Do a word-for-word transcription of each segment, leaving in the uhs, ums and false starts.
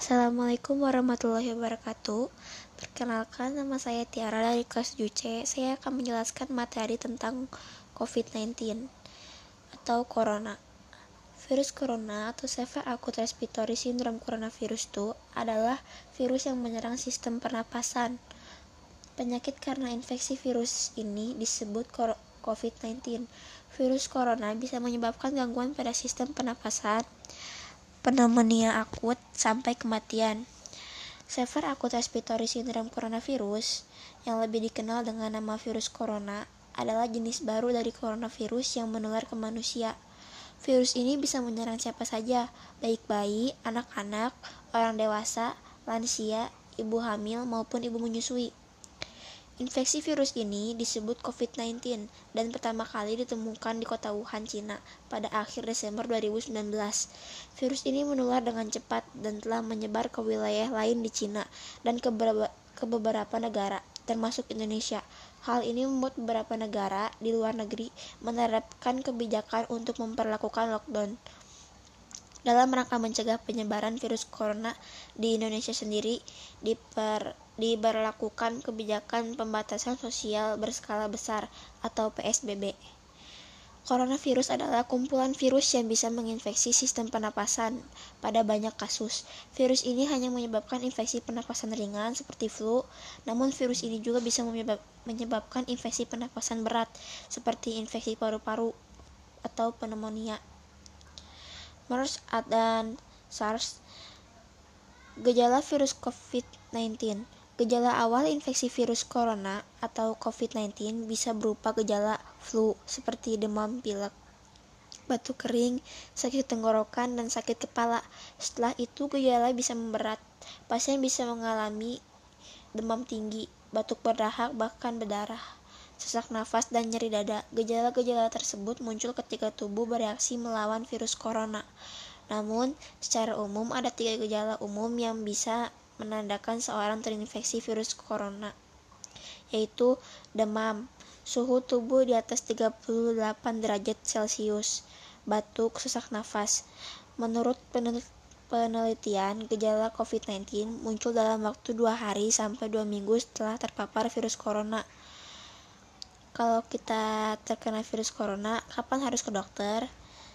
Assalamualaikum warahmatullahi wabarakatuh. Perkenalkan, nama saya Tiara dari kelas tujuh C. Saya akan menjelaskan materi tentang covid sembilan belas atau corona. Virus corona atau Severe Acute Respiratory Syndrome Coronavirus itu adalah virus yang menyerang sistem pernapasan. Penyakit karena infeksi virus ini disebut covid sembilan belas. Virus corona bisa menyebabkan gangguan pada sistem pernapasan, pneumonia akut, sampai kematian. Severe Acute Respiratory Syndrome Coronavirus, yang lebih dikenal dengan nama virus corona, adalah jenis baru dari coronavirus yang menular ke manusia. Virus ini bisa menyerang siapa saja, baik bayi, anak-anak, orang dewasa, lansia, ibu hamil, maupun ibu menyusui. Infeksi virus ini disebut covid sembilan belas dan pertama kali ditemukan di kota Wuhan, Cina pada akhir Desember dua ribu sembilan belas. Virus ini menular dengan cepat dan telah menyebar ke wilayah lain di Cina dan ke beberapa, ke beberapa negara, termasuk Indonesia. Hal ini membuat beberapa negara di luar negeri menerapkan kebijakan untuk memperlakukan lockdown. Dalam rangka mencegah penyebaran virus corona di Indonesia sendiri, diper, diberlakukan kebijakan pembatasan sosial berskala besar atau P S B B. Coronavirus adalah kumpulan virus yang bisa menginfeksi sistem pernapasan. Pada banyak kasus, virus ini hanya menyebabkan infeksi pernapasan ringan seperti flu, namun virus ini juga bisa menyebab, menyebabkan infeksi pernapasan berat seperti infeksi paru-paru atau pneumonia. MERS dan SARS. Gejala virus covid sembilan belas. Gejala awal infeksi virus corona atau covid sembilan belas bisa berupa gejala flu seperti demam, pilek, batuk kering, sakit tenggorokan, dan sakit kepala. Setelah itu gejala bisa memberat. Pasien bisa mengalami demam tinggi, batuk berdahak, bahkan berdarah, sesak nafas, dan nyeri dada. Gejala-gejala tersebut muncul ketika tubuh bereaksi melawan virus corona. Namun, secara umum ada tiga gejala umum yang bisa menandakan seorang terinfeksi virus corona, yaitu demam, suhu tubuh di atas tiga puluh delapan derajat Celcius, batuk, sesak nafas. Menurut penelitian, gejala covid sembilan belas muncul dalam waktu dua hari sampai dua minggu setelah terpapar virus corona. Kalau kita terkena virus corona, kapan harus ke dokter?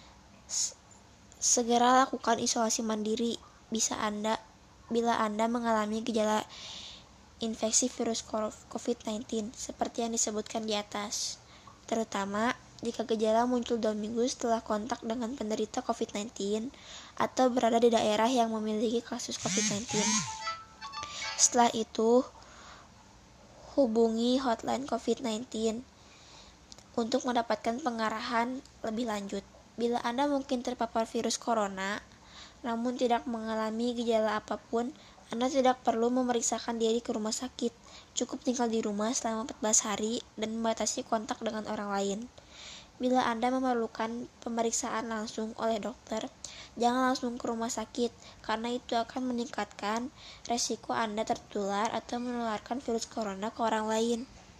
Segera lakukan isolasi mandiri. Bisa Anda bila Anda mengalami gejala infeksi virus covid sembilan belas seperti yang disebutkan di atas, terutama jika gejala muncul dua minggu setelah kontak dengan penderita covid sembilan belas atau berada di daerah yang memiliki kasus covid sembilan belas. Setelah itu, hubungi hotline covid sembilan belas untuk mendapatkan pengarahan lebih lanjut. Bila Anda mungkin terpapar virus corona, namun tidak mengalami gejala apapun, Anda tidak perlu memeriksakan diri ke rumah sakit. Cukup tinggal di rumah selama empat belas hari dan membatasi kontak dengan orang lain. Bila Anda memerlukan pemeriksaan langsung oleh dokter, jangan langsung ke rumah sakit, karena itu akan meningkatkan resiko Anda tertular atau menularkan virus corona ke orang lain.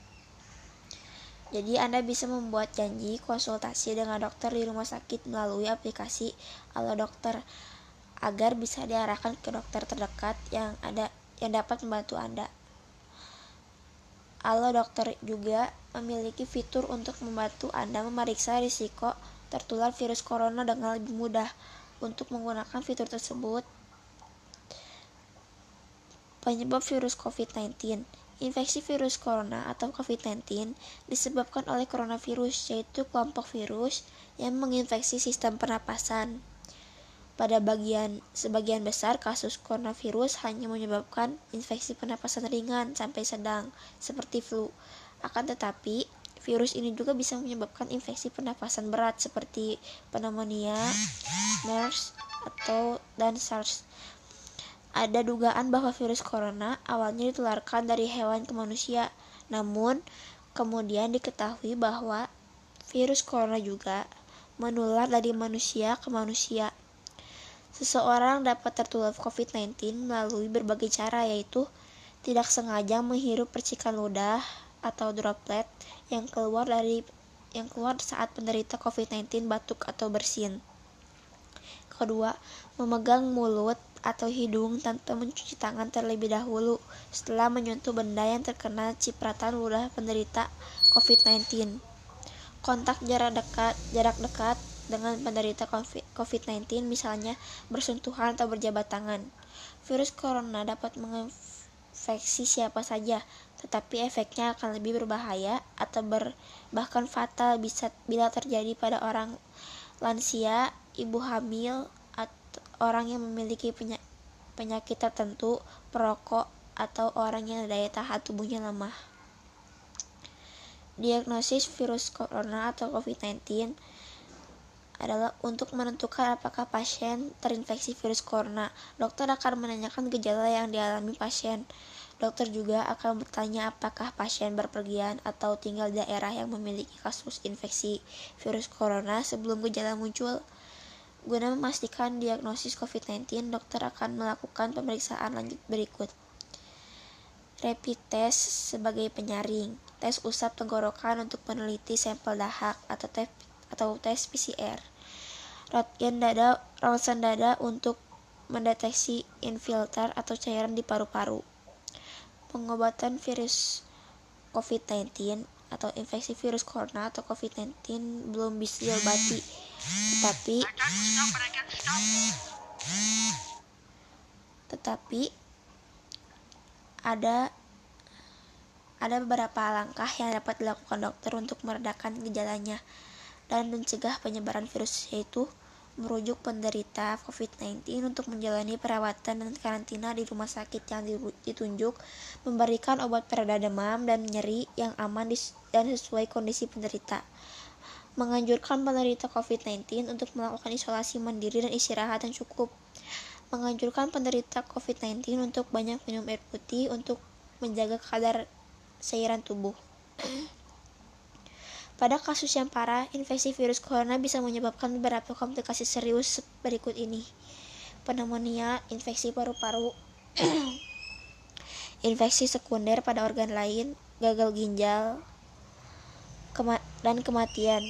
Jadi Anda bisa membuat janji konsultasi dengan dokter di rumah sakit melalui aplikasi Halo Dokter agar bisa diarahkan ke dokter terdekat yang ada yang dapat membantu Anda. Halo Dokter juga memiliki fitur untuk membantu Anda memeriksa risiko tertular virus corona dengan lebih mudah. Untuk menggunakan fitur tersebut, penyebab virus covid sembilan belas. Infeksi virus corona atau covid sembilan belas disebabkan oleh coronavirus, yaitu kelompok virus yang menginfeksi sistem pernapasan. Pada bagian sebagian besar kasus coronavirus hanya menyebabkan infeksi pernapasan ringan sampai sedang, seperti flu. Akan tetapi, virus ini juga bisa menyebabkan infeksi pernapasan berat seperti pneumonia, MERS, atau dan SARS. Ada dugaan bahwa virus corona awalnya ditularkan dari hewan ke manusia, namun kemudian diketahui bahwa virus corona juga menular dari manusia ke manusia. Seseorang dapat tertular covid sembilan belas melalui berbagai cara, yaitu tidak sengaja menghirup percikan ludah atau droplet yang keluar dari yang keluar saat penderita covid sembilan belas batuk atau bersin. Kedua, memegang mulut atau hidung tanpa mencuci tangan terlebih dahulu setelah menyentuh benda yang terkena cipratan ludah penderita covid sembilan belas. Kontak jarak dekat, jarak dekat dengan penderita covid sembilan belas, misalnya bersentuhan atau berjabat tangan. Virus corona dapat menginfeksi siapa saja, tetapi efeknya akan lebih berbahaya atau ber, bahkan fatal bisa bila terjadi pada orang lansia, ibu hamil, atau orang yang memiliki penyakit tertentu, perokok, atau orang yang daya tahan tubuhnya lemah. Diagnosis virus corona atau covid sembilan belas adalah untuk menentukan apakah pasien terinfeksi virus corona. Dokter akan menanyakan gejala yang dialami pasien. Dokter juga akan bertanya apakah pasien berpergian atau tinggal di daerah yang memiliki kasus infeksi virus corona sebelum gejala muncul. Guna memastikan diagnosis covid sembilan belas, dokter akan melakukan pemeriksaan lanjut berikut. Rapid test sebagai penyaring, tes usap tenggorokan untuk meneliti sampel dahak atau tes, atau tes P C R. Röntgen dada, ronsen dada untuk mendeteksi infiltrat atau cairan di paru-paru. Pengobatan virus covid sembilan belas atau infeksi virus corona atau covid sembilan belas belum bisa diobati, tetapi tetapi ada ada beberapa langkah yang dapat dilakukan dokter untuk meredakan gejalanya dan mencegah penyebaran virus, yaitu merujuk penderita covid sembilan belas untuk menjalani perawatan dan karantina di rumah sakit yang ditunjuk, memberikan obat pereda demam dan nyeri yang aman dan sesuai kondisi penderita, menganjurkan penderita covid sembilan belas untuk melakukan isolasi mandiri dan istirahat yang cukup, menganjurkan penderita covid sembilan belas untuk banyak minum air putih untuk menjaga kadar cairan tubuh. Pada kasus yang parah, infeksi virus corona bisa menyebabkan beberapa komplikasi serius berikut ini: pneumonia, infeksi paru-paru, infeksi sekunder pada organ lain, gagal ginjal, kema- dan kematian.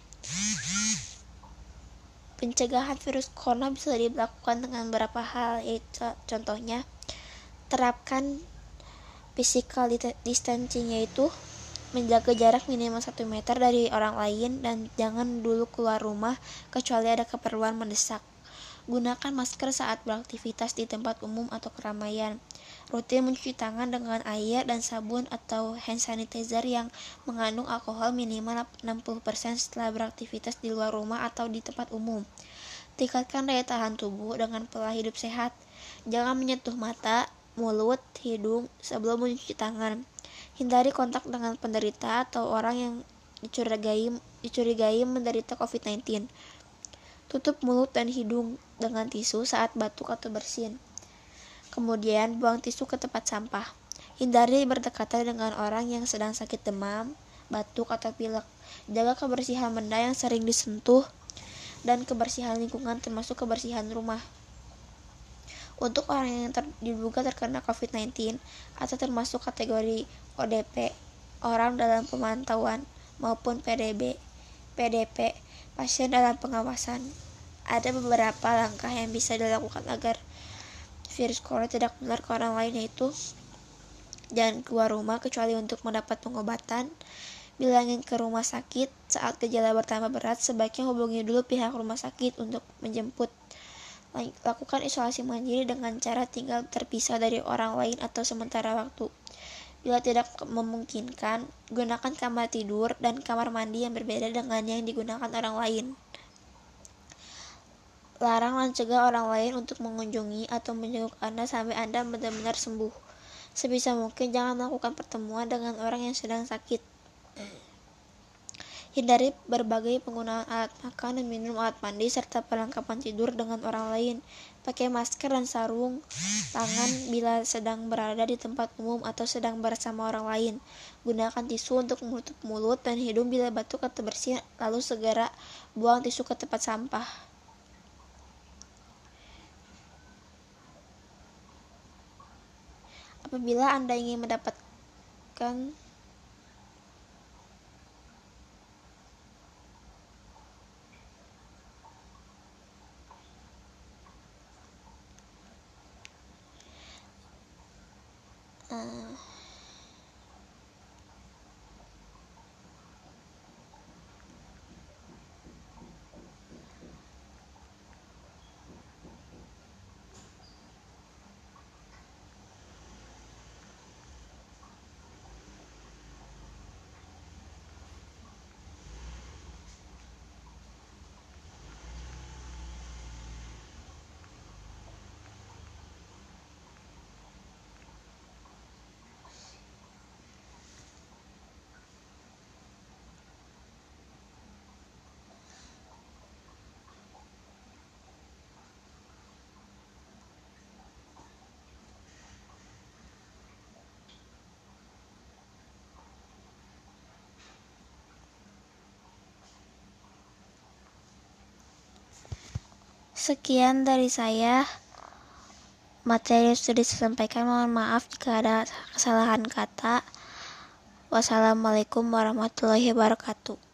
Pencegahan virus corona bisa dilakukan dengan beberapa hal, yaitu contohnya terapkan physical distancing, yaitu menjaga jarak minimal satu meter dari orang lain dan jangan dulu keluar rumah kecuali ada keperluan mendesak. Gunakan masker saat beraktivitas di tempat umum atau keramaian. Rutin mencuci tangan dengan air dan sabun atau hand sanitizer yang mengandung alkohol minimal enam puluh persen setelah beraktivitas di luar rumah atau di tempat umum. Tingkatkan daya tahan tubuh dengan pola hidup sehat. Jangan menyentuh mata, mulut, hidung sebelum mencuci tangan. Hindari kontak dengan penderita atau orang yang dicurigai, dicurigai menderita covid sembilan belas. Tutup mulut dan hidung dengan tisu saat batuk atau bersin. Kemudian buang tisu ke tempat sampah. Hindari berdekatan dengan orang yang sedang sakit demam, batuk, atau pilek. Jaga kebersihan benda yang sering disentuh dan kebersihan lingkungan termasuk kebersihan rumah. Untuk orang yang ter, diduga terkena covid sembilan belas atau termasuk kategori O D P, orang dalam pemantauan, maupun P D B, P D P, pasien dalam pengawasan, ada beberapa langkah yang bisa dilakukan agar virus corona tidak menular ke orang lain, yaitu jangan keluar rumah kecuali untuk mendapat pengobatan, bilangin ke rumah sakit saat gejala bertambah berat, sebaiknya hubungi dulu pihak rumah sakit untuk menjemput. Lakukan isolasi mandiri dengan cara tinggal terpisah dari orang lain atau sementara waktu. Bila tidak memungkinkan, gunakan kamar tidur dan kamar mandi yang berbeda dengan yang digunakan orang lain. Larang dan cegah orang lain untuk mengunjungi atau menjenguk Anda sampai Anda benar-benar sembuh. Sebisa mungkin jangan melakukan pertemuan dengan orang yang sedang sakit. Hindari berbagai penggunaan alat makan dan minum, alat mandi, serta perlengkapan tidur dengan orang lain. Pakai masker dan sarung tangan bila sedang berada di tempat umum atau sedang bersama orang lain. Gunakan tisu untuk menutup mulut dan hidung bila batuk atau bersin, lalu segera buang tisu ke tempat sampah. Apabila Anda ingin mendapatkan Uh, Sekian dari saya. Materi yang sudah disampaikan, mohon maaf jika ada kesalahan kata. Wassalamualaikum warahmatullahi wabarakatuh.